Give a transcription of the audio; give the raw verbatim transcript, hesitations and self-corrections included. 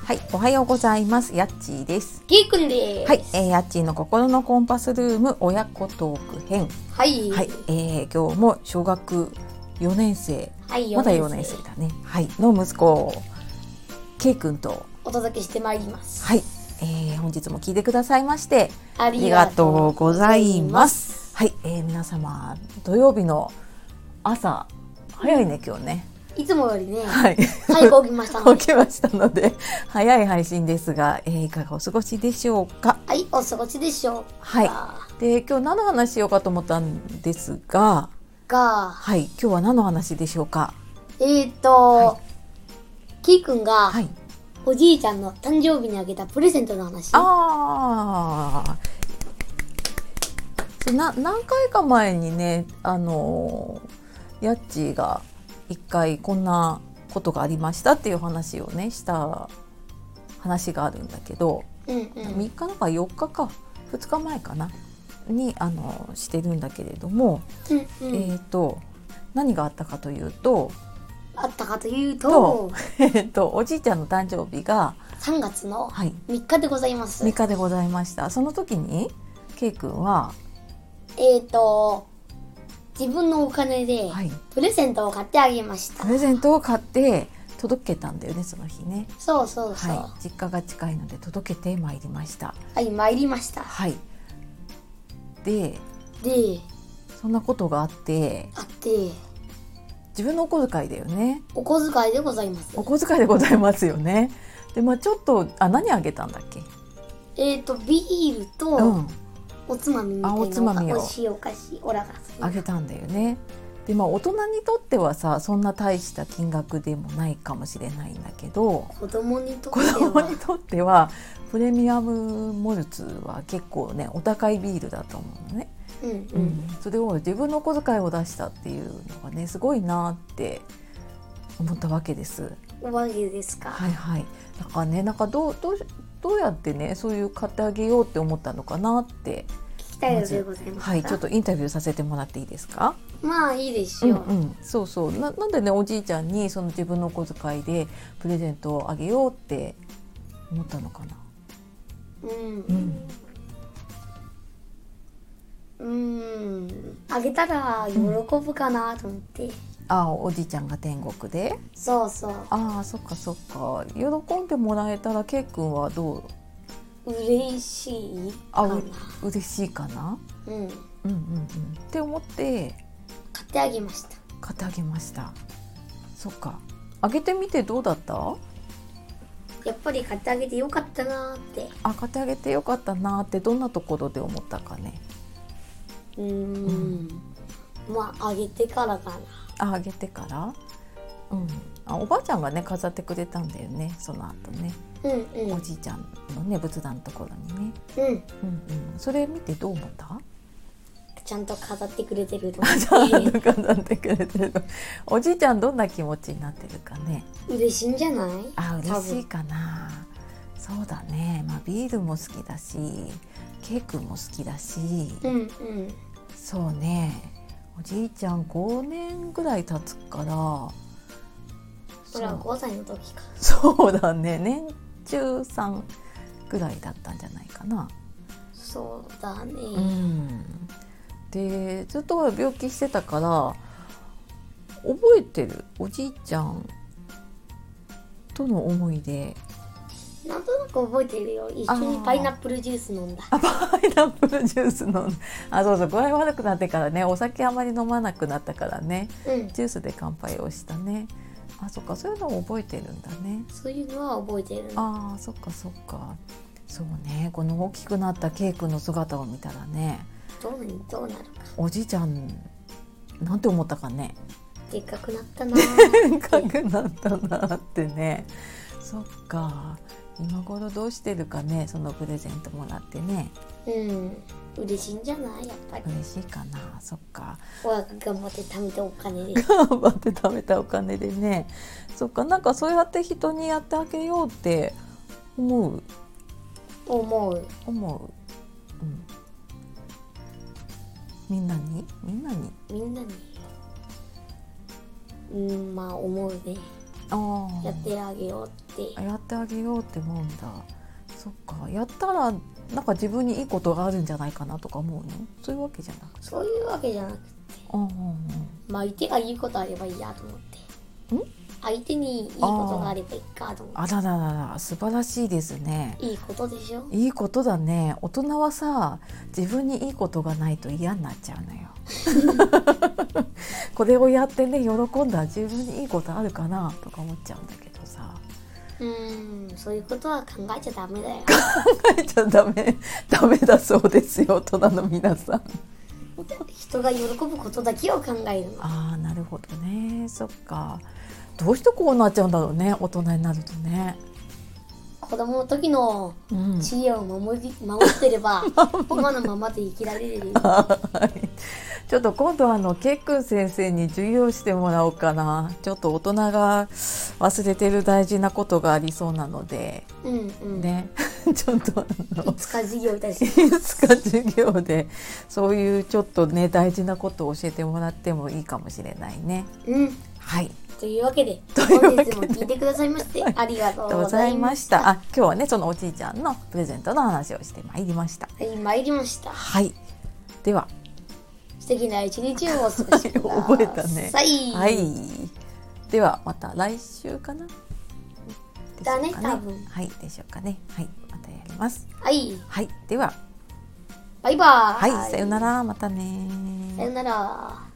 はい、おはようございます。やっちーです。 けいくんです。 はい、えー、やっちーの心のコンパスルーム親子トーク編。 はい。 はい、えー、今日も小学よねん生、 はい、 まだよねん生だね。はい、の息子けいくんとお届けしてまいります。 はい、えー、本日も聞いてくださいましてあありがとうございます。はい、えー、皆様土曜日の朝早いね、今日ね。 いつもよりね、 はい、 早く起きましたので起きましたので早い配信ですが、えー、いかがお過ごしでしょうか。 はい、お過ごしでしょうか。 はい。で、今日何の話しようかと思ったんですが、 が、 はい、今日は何の話でしょうか。 えーと、 はい、 きーくんが、 はい、 おじいちゃんの誕生日にあげたプレゼントの話。 ああ、な何回か前にね、あのー、やっちーが一回こんなことがありましたっていう話をねした話があるんだけど、 うんうん、 みっかだかよっかかふつかまえかなにあのしてるんだけれども、 うんうん、 えーと何があったかというとあったかというと、 えーとおじいちゃんの誕生日がさんがつのはいみっかでございます。 みっかでございました。その時にけいくんはえーと自分のお金でプレゼントを買ってあげました。 はい、プレゼントを買って届けたんだよね、その日ね。 そうそうそう、 はい、実家が近いので届けてまいりました。 はい、参りました。 はいででそんなことがあってあって自分のお小遣いだよね。 お小遣いでございます。 お小遣いでございますよね。で、まあちょっとあ何あげたんだっけ。 えっ、ー、とビールと、うんおつまみみたいなおつまみをおいしいお菓子オラがあげたんだよね。で、まあ大人にとってはさそんな大した金額でもないかもしれないんだけど、 子供にとっては子供にとってはプレミアムモルツは結構ねお高いビールだと思うのね。 うんうんうん、それを自分のお小遣いを出したっていうのがねすごいなって思ったわけです。 おわけですか。 はいはい。だからねなんかどうどうどうやってねそういう買ってあげようって思ったのかなって聞きたいのでございます。 はい、ちょっとインタビューさせてもらっていいですか。 まあいいですよ。 うんうん、そうそう な, なんでねおじいちゃんにその自分のお小遣いでプレゼントをあげようって思ったのかな。 うんうん、 うんあげたら喜ぶかなと思って、うん、 あおじいちゃんが天国でそうそうああそっかそっか喜んでもらえたらけいくんはどう嬉しいかな。 あう嬉しいかな、 うん、うんうんうんうんって思って買ってあげました。 買ってあげました。そっかあげてみてどうだった。 やっぱり買ってあげてよかったなって。 あ買ってあげてよかったなってどんなところで思ったかね。 うーん、うん、まああげてからかな。 ああげてから、うん、あおばあちゃんがね飾ってくれたんだよねその後ね、 うんうん、 おじいちゃんのね仏壇のところにね、 うんうんうん、 それ見てどう思った。 ちゃんと飾ってくれてると思って飾ってくれてるおじいちゃんどんな気持ちになってるかね。 嬉しいんじゃない。 あ嬉しいかな。そうだね、まあ、ビールも好きだしケイ君も好きだし、 うんうん、 そうねおじいちゃんごねんぐらい経つからほらごさいの時か。 そうだね年中さんぐらいだったんじゃないかな。 そうだね、 うん、でずっと病気してたから覚えてるおじいちゃんとの思い出なんとなく覚えてるよ。一緒にパイナップルジュース飲んだ。 あパイナップルジュース飲んだ。あそうそう具合悪くなってからねお酒あまり飲まなくなったからね、うん、ジュースで乾杯をしたね。あそっかそういうのを覚えてるんだね。 そういうのは覚えてる。 あそっかそっかそうねこの大きくなったケイ君の姿を見たらねどうにどうなるか。 おじいちゃんなんて思ったかね。 でっかくなったなでっかくなったなってね。そっか今頃どうしてるかねそのプレゼントもらってね。 うん嬉しいんじゃないやっぱり。 嬉しいかな。そっか親が頑張って貯めたお金で頑張って貯めたお金でね。そっかなんかそうやって人にやってあげようって思う思う思う、うん、みんなにみんなにみんなにうんまあ思うね。あやってあげようってってやってあげようって思うんだ。そっか、やったらなんか自分にいいことがあるんじゃないかなとか思うの？そういうわけじゃなくて。 そういうわけじゃなくて、 うんうんうん、 まあ相手がいいことあればいいやと思って。 ん？ 相手にいいことがあればいいかと思って。 あらららら、素晴らしいですね。 いいことでしょ。 いいことだね。大人はさ、自分にいいことがないと嫌になっちゃうのよ。これをやってね、喜んだら自分にいいことあるかなとか思っちゃうんだけどさ。 うーん、そういうことは考えちゃダメだよ。 考えちゃダメ、ダメだそうですよ、大人の皆さん。 人が喜ぶことだけを考えるの。 ああ、なるほどね。そっか。どうしてこうなっちゃうんだろうね、大人になるとね。 子供の時の知恵を守り、守ってれば今のままで生きられる。 ちょっと今度あのケイ君先生に授業してもらおうかな。ちょっと大人が忘れてる大事なことがありそうなので、 うんうん、 ね、ちょっとあのいつか授業だし、 いつか授業でそういうちょっとね大事なことを教えてもらってもいいかもしれないね。 うん、 はい。 というわけでというわけで本日も聞いてくださいましてありがとうございましした。あ、今日はねそのおじいちゃんのプレゼントの話をしてまいりました。 はい、参りました。 はい。では素敵な一日をお過ごしください。 覚えたね。 はい。 ではまた来週かな。 だね、多分。 はい、でしょうかね。はい、またやります。 はい。 はい、ではバイバーイ。 はい、さよなら、またね。 さよなら。